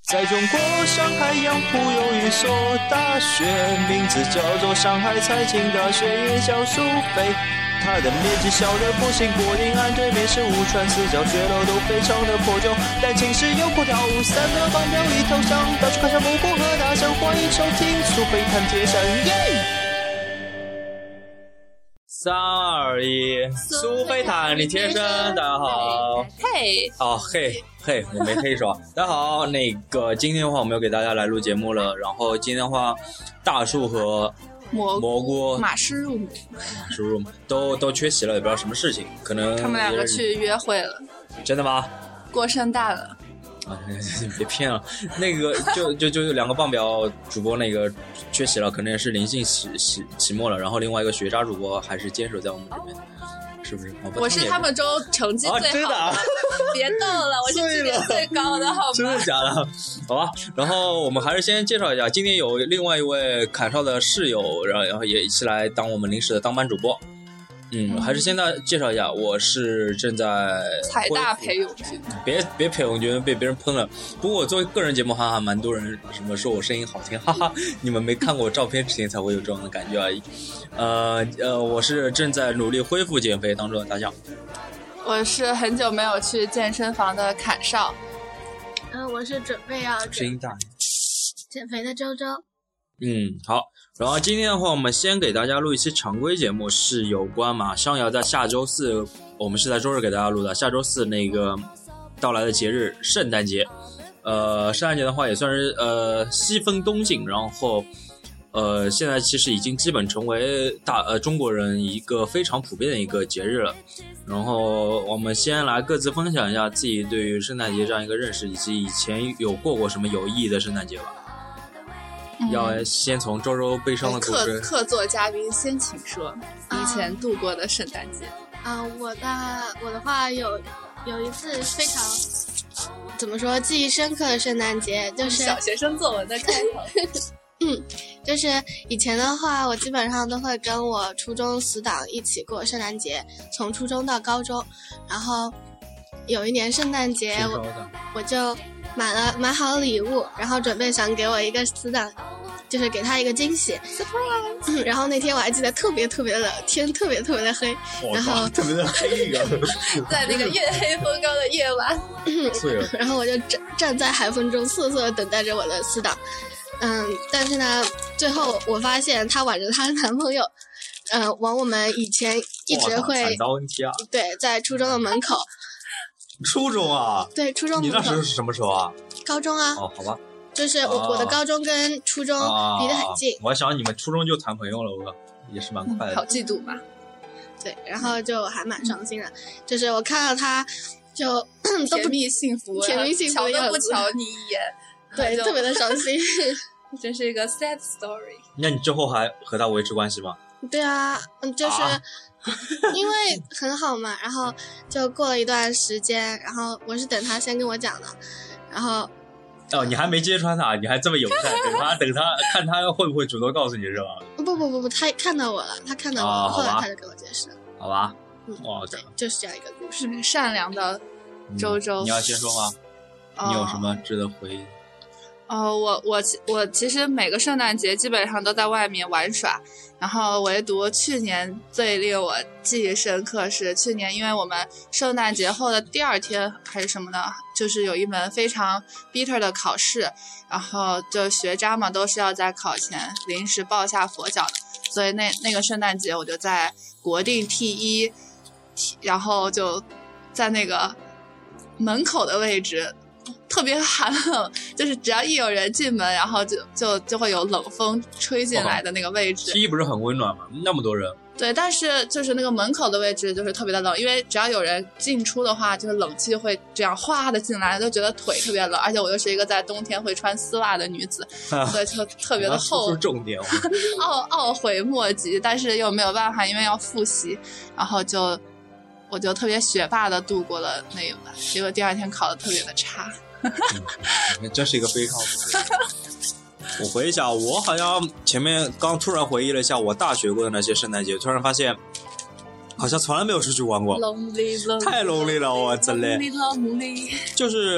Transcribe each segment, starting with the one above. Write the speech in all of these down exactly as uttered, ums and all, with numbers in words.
在中国上海杨浦有一所大学，名字叫做上海财经大学，也叫苏北。它的面积小的不行，柏林岸对面是五川，四角学楼都非常的破旧，但寝室有空调，三个房表一头香，到处看上木工和大象，欢迎收听苏北谈铁山耶。三二一，苏北谈你贴身，大家好。 嘿， 哦嘿嘿，我没黑是吧？大家好，那个今天的话我们要给大家来录节目了，然后今天的话，大树和蘑蘑菇、 马师入母、 马师入母都都缺席了，也不知道什么事情，可能他们两个去约会了。 真的吗？ 过圣诞了。 啊，别骗了，那个就就就两个棒表主播那个缺席了，可能也是灵性期期期末了，然后另外一个学渣主播还是坚守在我们这边，是不是？ 我是他们中成绩最好的， 啊、真的、啊， 别逗了，我是级别最高的，好吗？ 真的假的？好吧，然后我们还是先介绍一下，今天有另外一位侃少的室友，然后然后也一起来当我们临时的当班主播。嗯，还是先来介绍一下，我是正在财大裴勇俊， 别别裴勇俊被别人喷了。不过我作为个人节目，哈哈，蛮多人什么说我声音好听，哈哈，你们没看过我照片之前才会有这种的感觉而已。呃呃，我是正在努力恢复减肥当中的大象。 我是很久没有去健身房的侃少。 嗯、呃，我是准备要声音大减肥的周周。 嗯，好。然后今天的话，我们先给大家录一期常规节目，是有关马上要在下周四，我们是在周日给大家录的，下周四那个到来的节日圣诞节。呃，圣诞节的话也算是呃西风东进，然后呃现在其实已经基本成为大呃中国人一个非常普遍的一个节日了。然后我们先来各自分享一下自己对于圣诞节这样一个认识，以及以前有过过什么有意义的圣诞节吧。要先从周周悲伤的故事。 客客座嘉宾先请说以前度过的圣诞节。 啊、呃，我的我的话有有一次非常怎么说记忆深刻的圣诞节，就是小学生作文的开头。 嗯，就是以前的话，我基本上都会跟我初中死党一起过圣诞节，从初中到高中。然后有一年圣诞节，我我就买了买好了礼物，然后准备想给我一个死党，就是给他一个惊喜 surprise、嗯、然后那天我还记得特别特别的天特别特别的黑，然后特别的黑一个在那个月黑风高的夜晚、 嗯、然后我就站站在海风中瑟瑟地等待着我的死党。嗯，但是呢最后我发现她挽着她的男朋友呃，往我们以前一直会对在初中的门口。 初中啊？ 对，初中门口。 你那时候是什么时候啊？ 高中啊。 哦，好吧。 就是我、哦、我的高中跟初中离得很近、 哦、我还想你们初中就谈朋友了，我也是蛮快的、 嗯、好嫉妒嘛。 对，然后就还蛮伤心的、嗯、就是我看到他就甜蜜幸福甜蜜幸福的样子， 瞧都不瞧你一眼， 对，特别的伤心。 这是一个 sad story。 那你之后还和他维持关系吗？ 对啊，就是、啊、因为很好嘛，然后就过了一段时间，然后我是等他先跟我讲的，然后哦，你还没揭穿他，你还这么友善，等他等他看他会不会主动告诉你是吧？ 不不不不，他看到我了，他看到我了、哦、后来他就跟我解释了。 好吧， 嗯， 哦， 对，就是这样一个故事。 善良的周周、 嗯，你要先说吗？你有什么值得回忆？ 哦，我我我其实每个圣诞节基本上都在外面玩耍，然后唯独去年最令我记忆深刻是去年，因为我们圣诞节后的第二天还是什么的，就是有一门非常 bitter 的考试，然后就学渣嘛都是要在考前临时抱下佛脚的，所以那那个圣诞节我就在国定 T 一，然后就在那个门口的位置。特别寒冷，就是只要一有人进门，然后就就就会有冷风吹进来的那个位置。 T 一不是很温暖吗？那么多人。 对，但是就是那个门口的位置就是特别的冷，因为只要有人进出的话，就是冷气会这样哗的进来，就觉得腿特别冷。而且我又是一个在冬天会穿丝袜的女子，啊、所以就特别的厚。 重点， 懊懊悔莫及，但是又没有办法，因为要复习，然后就我就特别学霸的度过了那一晚，结果第二天考得特别的差。 嗯，真是一个背靠谱。我回忆一下，我好像前面刚突然回忆了一下我大学过的那些圣诞节，突然发现好像从来没有出去玩过， lonely, lonely, 太 lonely 了，我真的。就是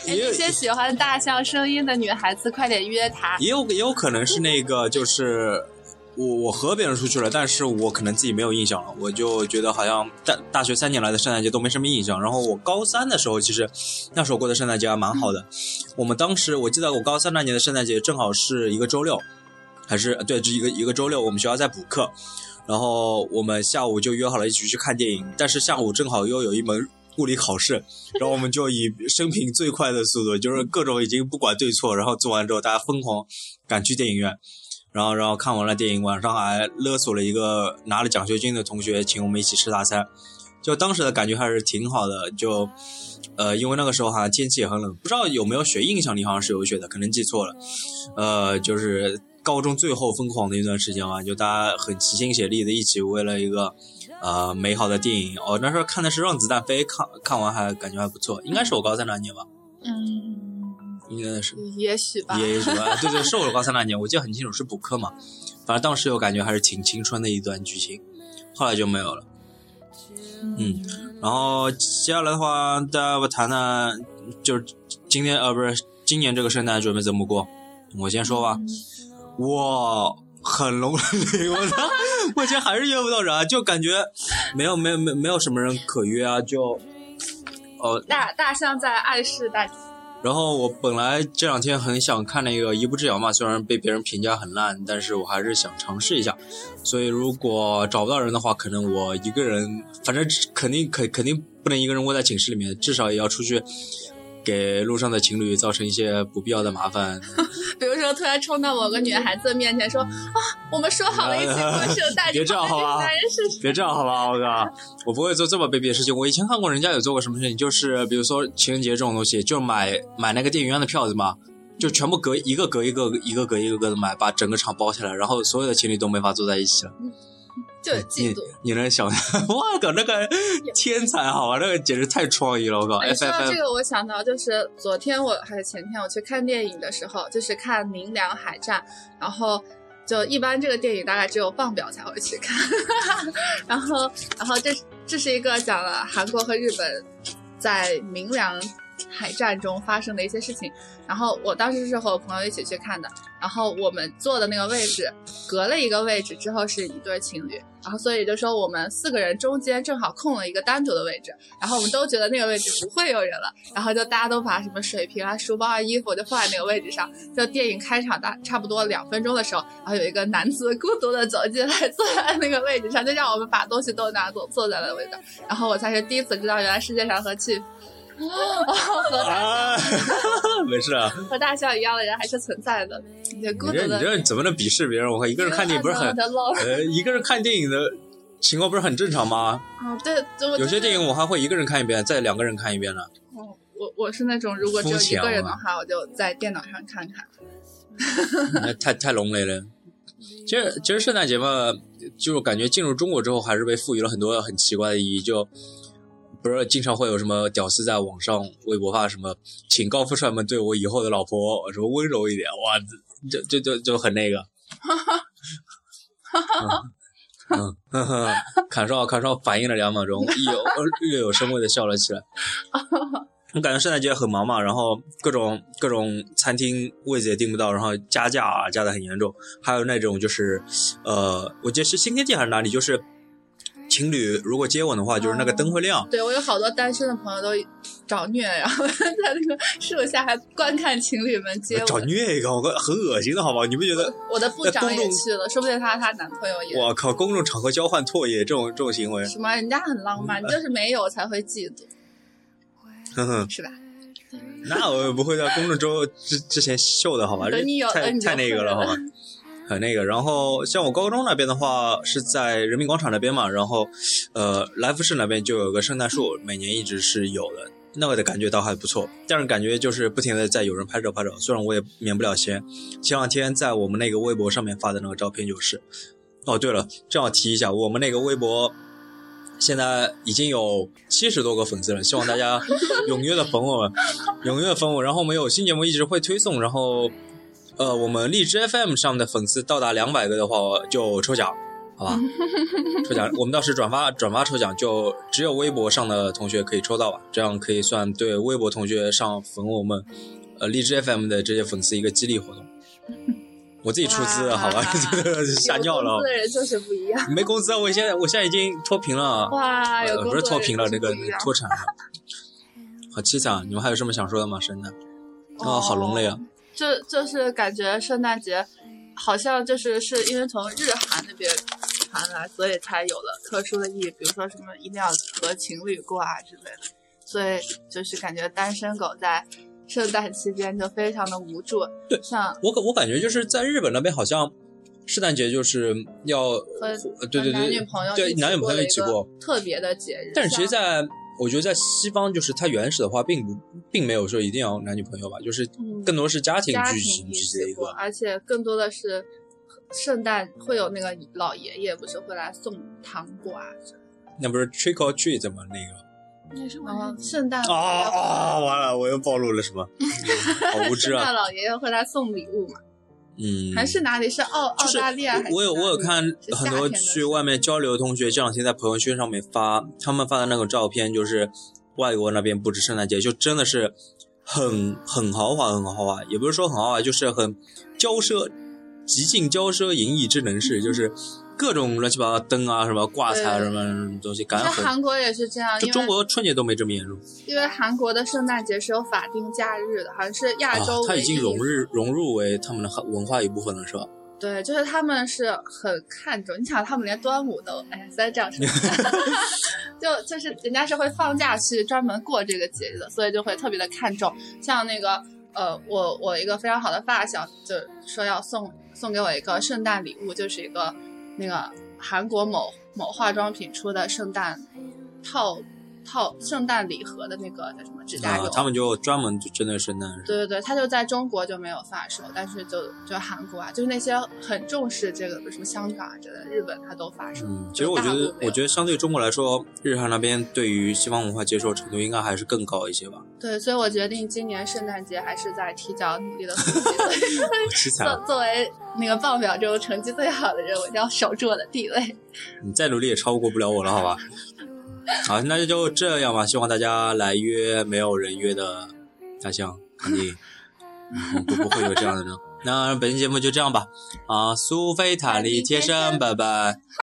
那些喜欢大象声音的女孩子快点约他。 也有也有可能是那个就是我我和别人出去了，但是我可能自己没有印象了，我就觉得好像大大学三年来的圣诞节都没什么印象。然后我高三的时候，其实那时候过的圣诞节还蛮好的。我们当时我记得我高三那年的圣诞节正好是一个周六，还是对，一个一个周六，我们学校在补课，然后我们下午就约好了一起去看电影，但是下午正好又有一门物理考试，然后我们就以生平最快的速度，就是各种已经不管对错，然后做完之后大家疯狂赶去电影院。然后然后看完了电影，晚上还勒索了一个拿了奖学金的同学请我们一起吃大餐，就当时的感觉还是挺好的。就呃，因为那个时候好像天气也很冷，不知道有没有雪，印象里好像是有雪的，可能记错了。呃，就是高中最后疯狂的一段时间嘛，就大家很齐心协力的一起为了一个呃美好的电影。哦，那时候看的是《让子弹飞》，看看完还感觉还不错，应该是我高三那年吧。 嗯。 应该是， 也许吧， 也许吧，对对，是我高三那年，我记得很清楚，是补课嘛。反正当时有感觉还是挺青春的一段剧情，后来就没有了。嗯，然后接下来的话，大家我谈谈，就是今天呃不是今年这个圣诞准备怎么过？我先说吧。哇，很龙里，我操，我今天还是约不到人，就感觉没有没有没有没有什么人可约啊，就哦大大象在暗示大家。 然后我本来这两天很想看那个《一步之遥》嘛，虽然被别人评价很烂，但是我还是想尝试一下。所以如果找不到人的话，可能我一个人，反正肯定肯肯定不能一个人窝在寝室里面，至少也要出去给路上的情侣造成一些不必要的麻烦。 比如说突然冲到某个女孩子面前说啊，我们说好了一起过圣诞节， 别这样好吧，别这样好吧，我靠，我不会做这么卑鄙的事情。我以前看过人家有做过什么事情，就是比如说情人节这种东西，就买买那个电影院的票子嘛，就全部隔一个隔一个一个隔一个隔的买，把整个场包起来，然后所有的情侣都没法坐在一起了。 就是嫉妒， 你你能想哇靠，那个天才好吧，那个简直太创意了，我靠！ 哎，说到这个，我想到就是昨天我还是前天我去看电影的时候，就是看《明良海战》，然后就一般这个电影大概只有放表才会去看，然后然后这这是一个讲了韩国和日本在明良海战中发生的一些事情，然后我当时是和我朋友一起去看的，然后我们坐的那个位置隔了一个位置之后是一对情侣，然后所以就说我们四个人中间正好空了一个单独的位置，然后我们都觉得那个位置不会有人了，然后就大家都把什么水瓶啊书包啊衣服就放在那个位置上，就电影开场大差不多两分钟的时候，然后有一个男子孤独的走进来坐在那个位置上，就让我们把东西都拿走坐在了位置，然后我才是第一次知道原来世界上和气和大象、啊、 没事啊， 和大象一样的人还是存在的。你孤独的， 你这你这怎么能鄙视别人？我靠，一个人看电影不是很呃，一个人看电影的情况不是很正常吗？ 哦，对， 有些电影我还会一个人看一遍，再两个人看一遍呢。 哦，我我是那种如果只有一个人的话，我就在电脑上看看。 那太太龙雷了。其实其实圣诞节嘛，就是感觉进入中国之后，还是被赋予了很多很奇怪的意义，就。不是经常会有什么屌丝在网上微博发什么请高富帅们对我以后的老婆什么温柔一点，哇，就就就就很那个嗯嗯呵呵，侃少侃少反应了两秒钟，一有略有生味的笑了起来。我感觉圣诞节很忙嘛，然后各种各种餐厅位置也订不到，然后加价啊加得很严重，还有那种就是呃我记得是新天地还是哪里，就是情侣如果接吻的话，就是那个灯会亮。 哦、对，我有好多单身的朋友都找虐，然后在那个树下还观看情侣们接吻。 找虐一个，我很恶心的好吧？你不觉得？ 我的部长也去了，说不定他她男朋友也。 我靠，公众场合交换唾液这种这种行为。 什么？人家很浪漫，就是没有才会嫉妒。 哼哼， 是吧？ 那我不会在公众周之之前秀的好吧？ 你有太太那个了好吧？很那个，然后像我高中那边的话是在人民广场那边嘛，然后呃来福士那边就有个圣诞树，每年一直是有的，那个的感觉倒还不错，但是感觉就是不停的在有人拍照拍照，虽然我也免不了闲。前两天在我们那个微博上面发的那个照片就是，哦对了，正好提一下，我们那个微博现在已经有七十多个粉丝了，希望大家踊跃的粉我们，踊跃的粉我，然后我们有新节目一直会推送，然后。呃，我们荔枝 F M 上的粉丝到达两百个的话就抽奖， 好吧？抽奖我们到时转发转发抽奖，就只有微博上的同学可以抽到吧，这样可以算对微博同学上粉我们呃荔枝 F M 的这些粉丝一个激励活动。我自己出资好吧，吓尿了。 有工资的人就是不一样。 没工资啊，我现在我现在已经脱贫了。 哇，有工资的人、呃、 不是脱贫了，这个脱产了，好凄惨。你们还有什么想说的吗？圣诞啊、哦，好龙类啊！ 就就是感觉圣诞节好像就是是因为从日韩那边传来，所以才有了特殊的意义，比如说什么一定要和情侣过啊之类的，所以就是感觉单身狗在圣诞期间就非常的无助。 对， 像我我感觉就是在日本那边好像圣诞节就是要和对对对男女朋友对男女朋友一起过特别的节日。 但是其实在我觉得在西方就是它原始的话并不并没有说一定要男女朋友吧，就是更多是家庭聚集聚集的一个， 而且更多的是圣诞会有那个老爷爷不是会来送糖果啊， 那不是 trick or treat 吗？那个那是然后圣诞啊啊！完了，我又暴露了什么？好无知啊！ 圣诞老爷爷会来送礼物嘛？ 嗯， 还是哪里是澳澳大利亚？ 我有我有看很多去外面交流的同学，这两天在朋友圈上面发他们发的那个照片，就是外国那边布置圣诞节，就真的是很很豪华，很豪华，也不是说很豪华，就是很骄奢，极尽骄奢淫逸之能事，就是各种乱七八糟灯啊，什么挂彩什么东西，感觉很。 韩国也是这样， 就中国春节都没这么严重。 因为韩国的圣诞节是有法定假日的，好像是亚洲、 啊。它已经融入融入为他们的文化一部分了，是吧？ 对，就是他们是很看重。你想，他们连端午都，哎呀，虽然这样说，就就是人家是会放假去专门过这个节日的，所以就会特别的看重。像那个呃，我我一个非常好的发小就说要送送给我一个圣诞礼物，就是一个。那个韩国某某化妆品出的圣诞套套圣诞礼盒的那个叫什么指甲油、 啊，他们就专门就针对圣诞。 对对对，他就在中国就没有发售，但是就就韩国啊，就是那些很重视这个，什么香港啊之类的，日本他都发售。 嗯，其实我觉得，我觉得相对中国来说，日韩那边对于西方文化接受程度应该还是更高一些吧。 对，所以我决定今年圣诞节还是在提早努力的复习。作作为那个报表中成绩最好的人，我就要守住我的地位。 你再努力也超过不了我了，好吧？好，那就这样吧。希望大家来约没有人约的大象，肯定不不会有这样的人。那本期节目就这样吧。啊，苏菲塔利贴身，拜拜。